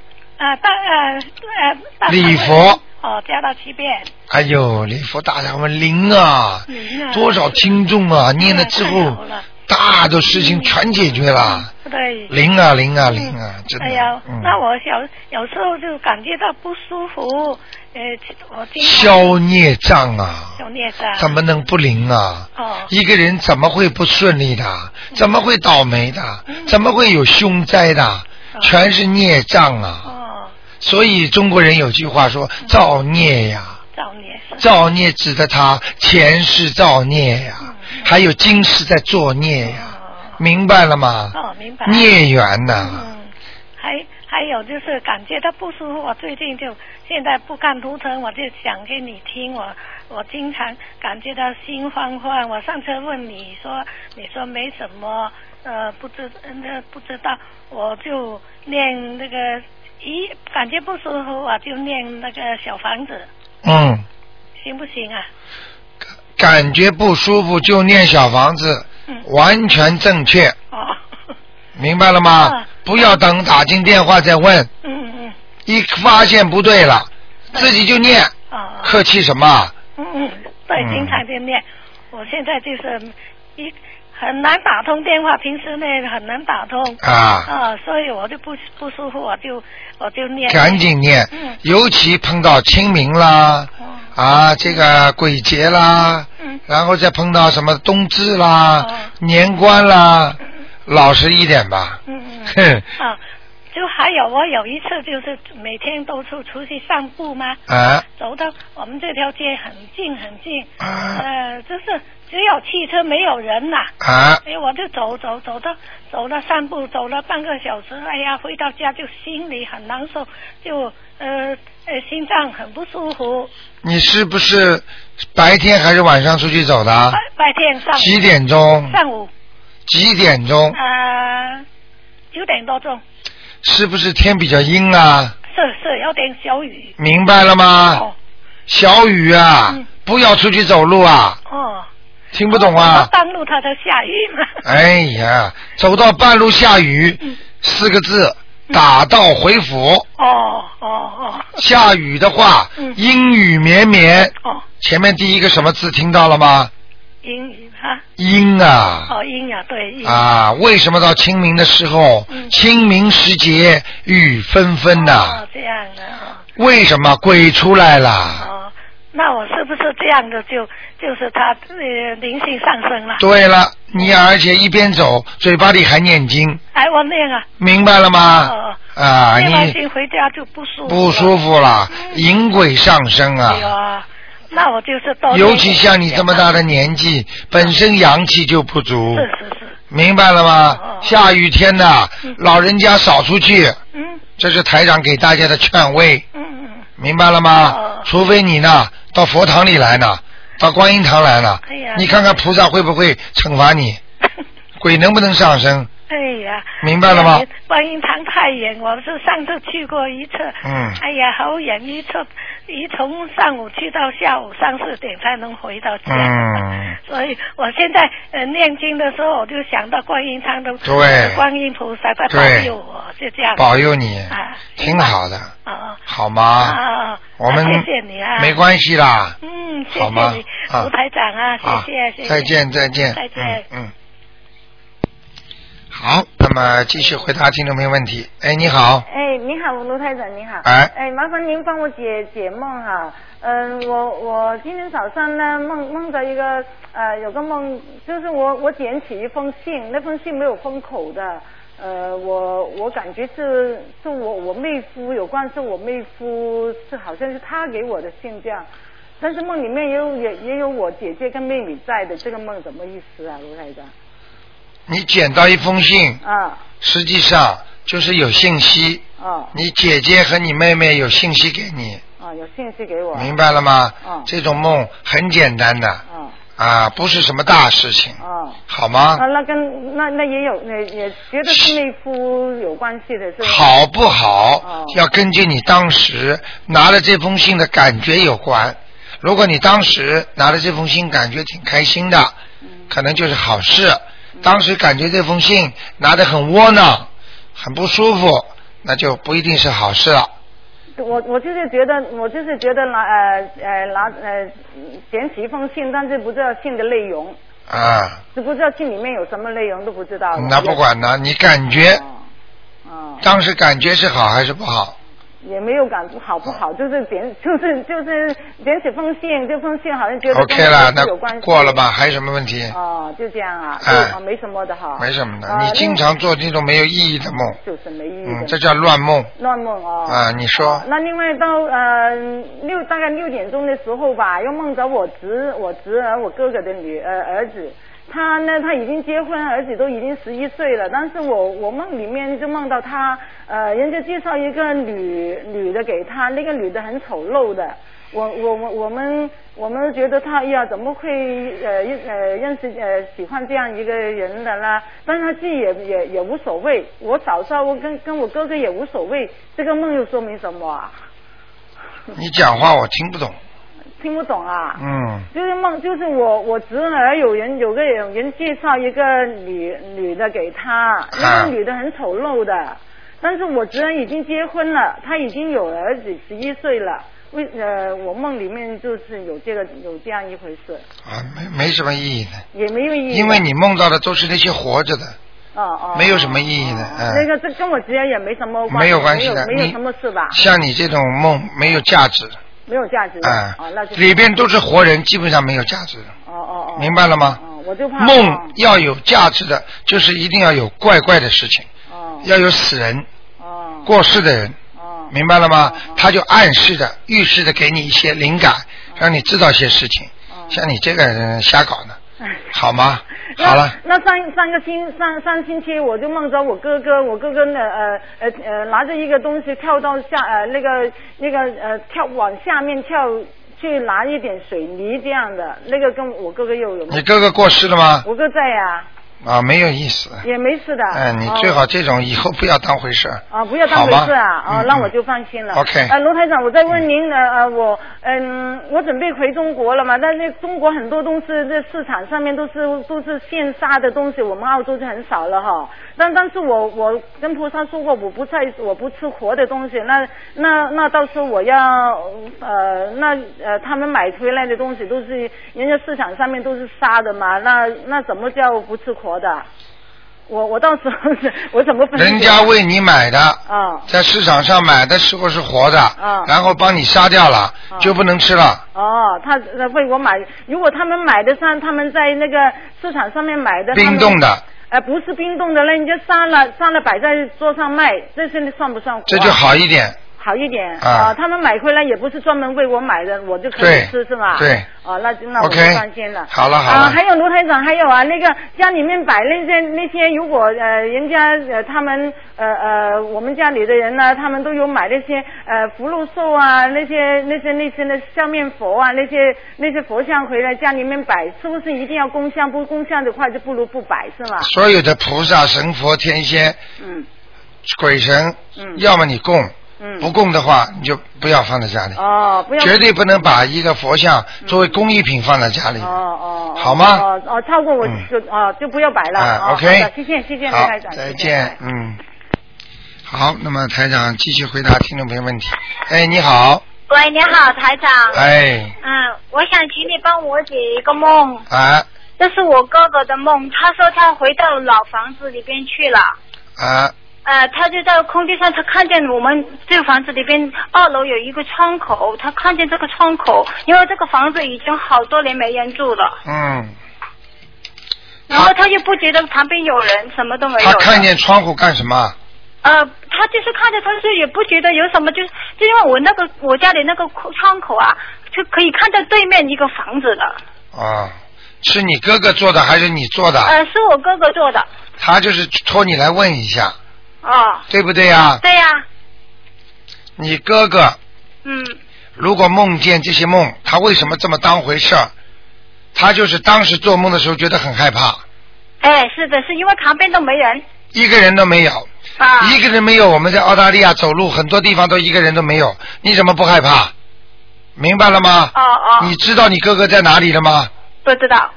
礼佛。 加到7遍。 哎呦，礼佛大忏悔灵啊！多少听众啊，念了之后。大的事情全解决了， 对， 灵啊，真的。 哎呀，那我有时候就感觉到不舒服，我消孽障啊， 消孽障， 怎么能不灵啊？一个人怎么会不顺利的？怎么会倒霉的？怎么会有凶灾的？全是孽障啊！所以中国人有句话说：造孽呀。造孽指的他前世造孽呀，还有今世在作孽呀，明白了吗？ 明白。 孽缘呐。 还有就是感觉到不舒服，我最近就现在不看图腾，我就想给你听，我经常感觉到心慌慌。我上次问你说没什么，不知道，我就念那个感觉不舒服，我就念那个小房子。行不行啊？ 感觉不舒服就念小房子，完全正确。明白了吗？不要等打进电话再问。一发现不对了，自己就念。客气什么？ 对，经常就念。我现在就是很难打通电话，平时呢很难打通所以我就不舒服，我就念。 赶紧念，尤其碰到清明啦，这个鬼节啦，然后再碰到什么冬至啦、年关啦，老实一点吧。 就还有我有一次就是每天都出去散步嘛，走到我们这条街很近，就是只有汽车没有人呐，我就走到散步，走了半个小时，哎呀，回到家就心里很难受，就心脏很不舒服。 你是不是白天还是晚上出去走的？ 白天上午。 几点钟？ 上午。 几点钟 ？9点多钟。 是不是天比较阴啊？ 是有点小雨。 明白了吗？小雨啊，不要出去走路啊。听不懂啊？ 半路它在下雨嘛。 哎呀，走到半路下雨，4个字，打道回府。下雨的话，阴雨绵绵。前面第一个什么字听到了吗？ 阴雨阴啊。 阴啊，对。阴为什么到清明的时候，清明时节雨纷纷呐？ 这样的。 为什么鬼出来了？ 那我是不是这样的就是他灵性上升了？ 对了，你而且一边走，嘴巴里还念经。 我念啊。 明白了吗？ 念完经回家就不舒服了，引鬼上升啊。 那我就是多。 尤其像你这么大的年纪，本身阳气就不足。 是。 明白了吗？下雨天呐，老人家少出去。这是台长给大家的劝慰。明白了吗？除非你呢到佛堂里来呢，到观音堂来呢，你看看菩萨会不会惩罚你？鬼能不能上升？ 哎呀， 明白了吗？ 观音堂太远，我是上次去过一次。哎呀，好远一次，从上午去到下午3-4点才能回到家。所以我现在念经的时候，我就想到观音堂的观音菩萨在保佑我，就这样。 保佑你啊，挺好的。好吗？我们谢谢你啊， 没关系啦。 谢谢你，卢台长啊，谢谢。 再见。再见。好，那么继续回答听众朋友问题。哎，你好。 哎，你好，卢台长，你好。 哎， 麻烦您帮我解梦哈。我今天早上呢梦到一个有个梦，就是我捡起一封信，那封信没有封口的。我感觉是我妹夫有关，是我妹夫是好像是他给我的信这样。但是梦里面也有我姐姐跟妹妹在的，这个梦怎么意思啊，卢台长？ 你捡到一封信，实际上就是有信息，你姐姐和你妹妹有信息给你， 有信息给我， 明白了吗？这种梦很简单的，不是什么大事情，好吗？ 那也有也觉得是妹夫有关系的，是好不好？要根据你当时拿了这封信的感觉有关。如果你当时拿了这封信感觉挺开心的，可能就是好事。当时感觉这封信拿得很窝囊，很不舒服，那就不一定是好事了。 我就是觉得捡起一封信，但是不知道信的内容是不知道信里面有什么内容都不知道。 那不管了，你感觉当时感觉是好还是不好？ 也没有感觉好不好，就是捡起封信，这封信好像觉得 OK 了，那过了吧？还有什么问题？ 就这样啊，没什么的哈。 没什么的，你经常做这种没有意义的梦， 就是没意义的， 这叫乱梦。 乱梦你说。 那另外到大概6点钟的时候吧，又梦着我侄儿，我哥哥的儿子。他已经结婚，儿子都已经11岁了，但是我梦里面就梦到他，人家介绍一个女的给他，那个女的很丑陋的，我们觉得他呀怎么会认识喜欢这样一个人的呢？但是他自己也无所谓，我嫂嫂跟我哥哥也无所谓，这个梦又说明什么啊？ 你讲话我听不懂。 听不懂啊？就是梦，就是我侄儿有个人介绍一个女的给他，那个女的很丑陋的，但是我侄儿已经结婚了，他已经有儿子11岁了。我梦里面就是有这样一回事。 没什么意义的。 也没有意义。 因为你梦到的都是那些活着的。没有什么意义的。 这跟我侄儿也没什么关系。 没有关系的， 没有什么事吧？ 像你这种梦没有价值。 没有价值那就里边都是活人，基本上没有价值。明白了吗？ 我就怕梦要有价值的，就是一定要有怪的事情，要有死人，过世的人，明白了吗？他就暗示的、预示的给你一些灵感，让你知道些事情。像你这个人瞎搞呢，好吗？好了。 那上星期我就梦着我哥哥呢拿着一个东西跳到下跳往下面跳去拿一点水泥这样的，那个跟我哥哥有你哥哥过世了吗？ 我哥在呀。 没有意思。 也没事的。 你最好这种以后不要当回事。 不要当回事啊！那我就放心了。 OK。 卢台长，我再问您我准备回中国了嘛？但是中国很多东西在市场上面都是现杀的东西，我们澳洲就很少了哈。但是我跟菩萨说过，我不吃活的东西。那到时候我要他们买回来的东西都是人家市场上面都是杀的嘛？那怎么叫不吃活的？我到时候我怎么分析？ 人家为你买的，在市场上买的时候是活的，然后帮你杀掉了，就不能吃了。 他为我买，如果他们买的上，他们在那个市场上面买的冰冻的， 不是冰冻的，人家杀了摆在桌上卖，这算不算活？ 这就好一点。 好一点啊。他们买回来也不是专门为我买的，我就可以吃是吗？ 对。 哦，那我就放心了。 好了。 还有卢台长，还有啊，那个家里面摆那些，如果人家他们我们家里的人呢，他们都有买那些福禄寿啊，那些的相面佛啊，那些佛像回来家里面摆，是不是一定要供香？不供香的话，就不如不摆是吗？ 所有的菩萨、神佛、天仙，鬼神，要么你供。不供的话，你就不要放在家里。 不要。 绝对不能把一个佛像作为工艺品放在家里。好吗？ 超过我就不要摆了。 OK。 谢谢台长。 再见。好，那么台长继续回答听众朋友问题。你好。 喂，你好，台长。我想请你帮我解一个梦。这是我哥哥的梦，他说他回到老房子里边去了。他就在空地上，他看见我们这个房子里边2楼有一个窗口，他看见这个窗口，因为这个房子已经好多年没人住了。然后他又不觉得旁边有人，什么都没有。 他看见窗户干什么？ 他就是看着，他是也不觉得有什么，就因为我家里那个窗口啊，就可以看到对面一个房子的。 是你哥哥做的还是你做的？ 是我哥哥做的。 他就是托你来问一下。对不对呀？ 对呀。 你哥哥，如果梦见这些梦，他为什么这么当回事儿？他就是当时做梦的时候觉得很害怕。 是的，是因为旁边都没人， 一个人都没有。一个人没有，我们在澳大利亚走路很多地方都一个人都没有，你怎么不害怕？明白了吗？你知道你哥哥在哪里了吗？ 不知道。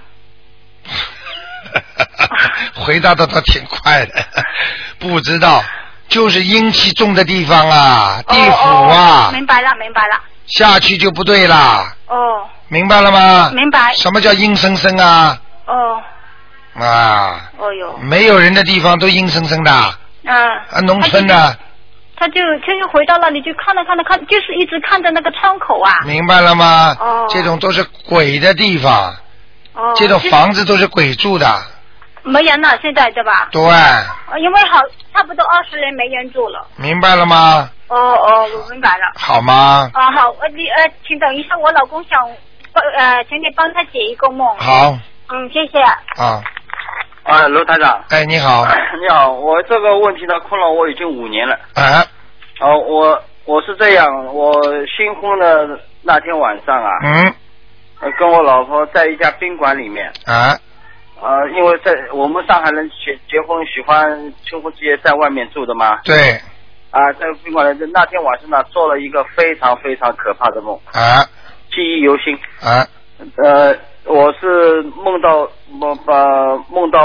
回答的倒挺快的。不知道，就是阴气重的地方啊，地府啊。 明白了。 下去就不对啦。明白了吗？ 明白。 什么叫阴森森啊？没有人的地方都阴森森的。农村的。 他就回到那里就看，就是一直看着那个窗口啊。 明白了吗？这种都是鬼的地方。这种房子都是鬼住的。 没人了，现在对吧？ 对。 因为差不多20年没人住了。 明白了吗？ 我明白了。 好吗？ 好，请等一下，我老公想请你帮他解一个梦。 好。 谢谢。 罗台长。 你好。 你好，我这个问题呢困扰我已经5年了。我是这样，我新婚的那天晚上啊。跟我老婆在一家宾馆里面。因为在我们上海人结婚喜欢秋风之夜在外面住的嘛。 对。 在宾馆的那天晚上呢，做了一个非常非常可怕的梦。记忆犹新。我是梦到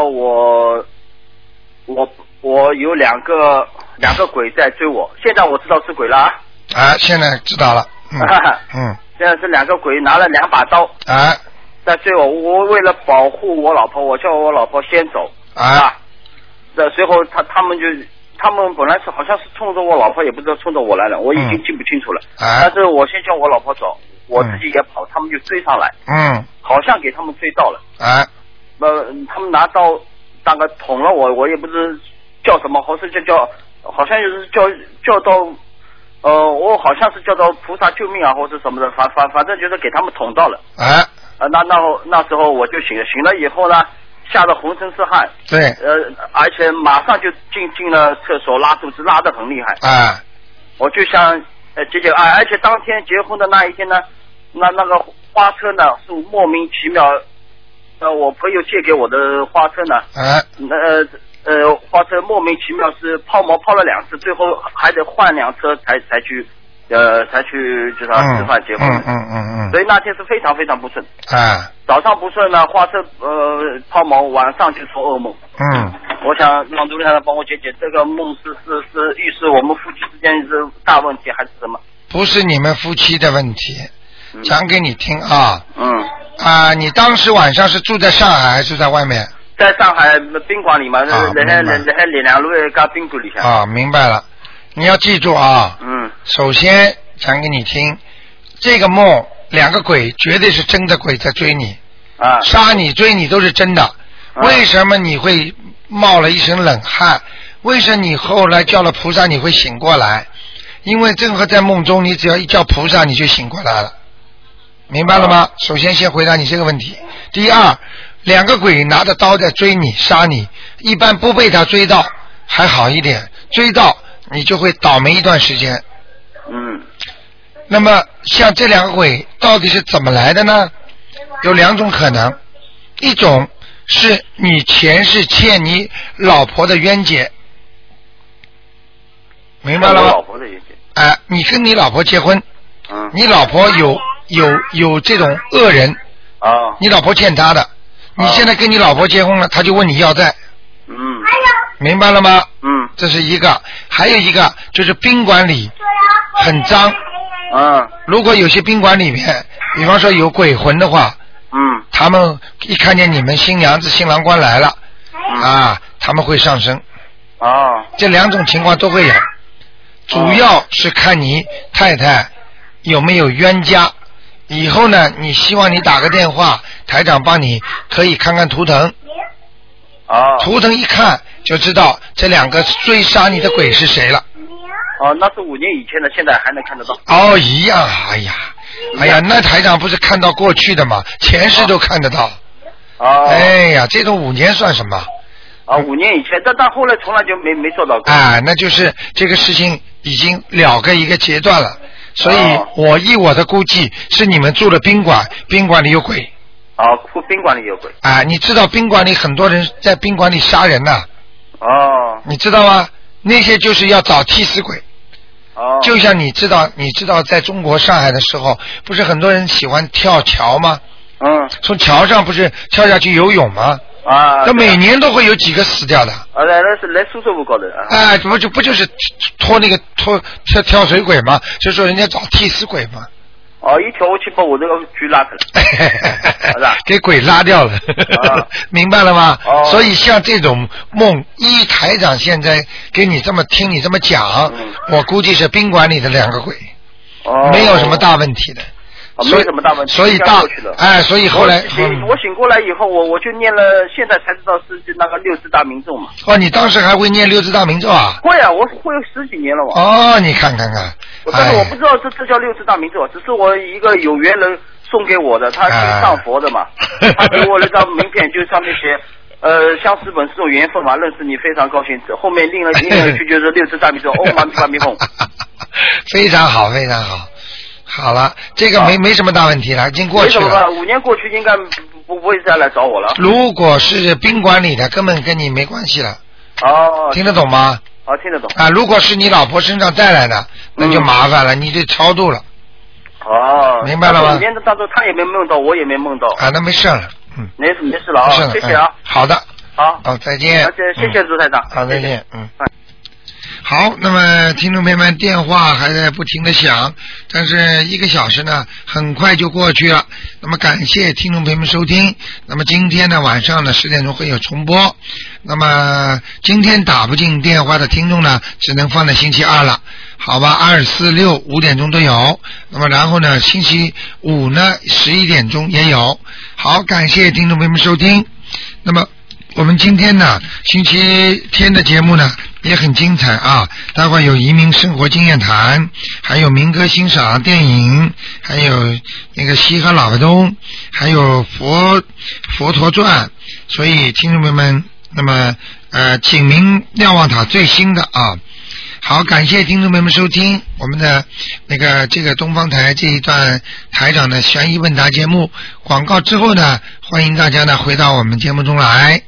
我有两个鬼在追我，现在我知道是鬼了。 现在知道了。 现在是2个鬼拿了2把刀。在追我，我为了保护我老婆，我叫我老婆先走。随后他们本来是好像是冲着我老婆，也不知道冲着我来了，我已经记不清楚了。但是我先叫我老婆走，我自己也跑，他们就追上来。好像给他们追到了。他们拿刀大概捅了我也不知叫什么，好像就是叫到我好像是叫到菩萨救命啊，或者什么的，反正就是给他们捅到了。那时候我就醒了以后呢，吓得浑身是汗。 对。 而且马上就进了厕所拉肚子，拉得很厉害。我就想解而且当天结婚的那一天呢，那个花车呢是莫名其妙，我朋友借给我的花车呢，花车莫名其妙是抛锚抛了2次，最后还得换辆车才去就是吃饭结婚。所以那天是非常非常不顺。早上不顺呢，花车抛锚，晚上就做噩梦。我想让卢台长帮我解解这个梦是预示我们夫妻之间是大问题还是什么？ 不是你们夫妻的问题，讲给你听啊。你当时晚上是住在上海还是住在外面？ 在上海宾馆里嘛，在2路一家宾馆里向。 明白了。你要记住啊。首先讲给你听，这个梦2个鬼绝对是真的鬼在追你。杀你追你都是真的。为什么你会冒了一身冷汗？为什么你后来叫了菩萨你会醒过来？ 因为正好在梦中，你只要一叫菩萨，你就醒过来了，明白了吗？首先先回答你这个问题。第二，2个鬼拿着刀在追你杀你，一般不被他追到还好一点，追到你就会倒霉一段时间。那么像这2个鬼到底是怎么来的呢？有2种可能，一种是你前世欠你老婆的冤结，明白了吗？你跟你老婆结婚，你老婆有这种恶人，你老婆欠他的，你现在跟你老婆结婚了，他就问你要债，明白了吗？这是一个。还有一个就是宾馆里很脏，如果有些宾馆里面，比方说有鬼魂的话，他们一看见你们新娘子新郎官来了，他们会上升。这2种情况都会有，主要是看你太太有没有冤家。以后呢，你希望你打个电话，台长帮你可以看看图腾。图腾一看就知道这2个追杀你的鬼是谁了。 那是5年以前的，现在还能看得到。 一样。哎呀，那台长不是看到过去的吗？前世都看得到。哎呀，这种5年算什么 ？5年以前，但后来从来就没做到过。 那就是这个事情已经了个一个阶段了。所以我的估计是你们住了宾馆，宾馆里有鬼。 宾馆里有鬼。 你知道宾馆里很多人在宾馆里杀人呐。你知道吗？那些就是要找替死鬼。就像你知道在中国上海的时候，不是很多人喜欢跳桥吗？从桥上不是跳下去游泳吗？那每年都会有几个死掉的。 那是来苏州不搞的。 不就是跳水鬼吗？就说人家找替死鬼嘛。 一跳下去把我这个局拉开了， 给鬼拉掉了，明白了吗？所以像这种梦，台长现在给你这么听你这么讲，我估计是宾馆里的2个鬼，没有什么大问题的。 没什么大问题， 所以后来我醒过来以后，我就念了，现在才知道是那个6字大明咒嘛。 你当时还会念6字大明咒啊？ 会我会有10几年了嘛。 你看。 但是我不知道这叫6字大明咒，只是我一个有缘人送给我的，他是上佛的嘛，他给我了张名片，就上面写相识本是有缘分嘛，认识你非常高兴。后面另了一句就是6字大明咒，唵嘛咪发咪吽。 非常好。好了，这个没什么大问题了，已经过去了。 5年过去应该不会再来找我了。 如果是宾馆里的，根本跟你没关系了。听得懂吗？ 听得懂。 如果是你老婆身上带来的，那就麻烦了，你得超度了。明白了吗？5 年当中他也没梦到，我也没梦到。 那没事了。 没事了谢谢好的。再见。 谢谢朱台长。 好，再见。好，那么听众朋友们，电话还在不停的响，但是1个小时呢很快就过去了。那么感谢听众朋友们收听。那么今天呢晚上呢10点钟会有重播。那么今天打不进电话的听众呢，只能放在星期2了，好吧？2、4、6、5点钟都有。那么然后呢，星期5呢11点钟也有。好，感谢听众朋友们收听。那么我们今天呢星期天的节目呢也很精彩待会有移民生活经验谈，还有民歌欣赏电影，还有那个西和老白东，还有佛陀传。所以听众朋友们，那么景明瞭望塔最新的好，感谢听众朋友们收听我们的这个东方台这一段台长的悬疑问答节目。广告之后呢，欢迎大家呢回到我们节目中来。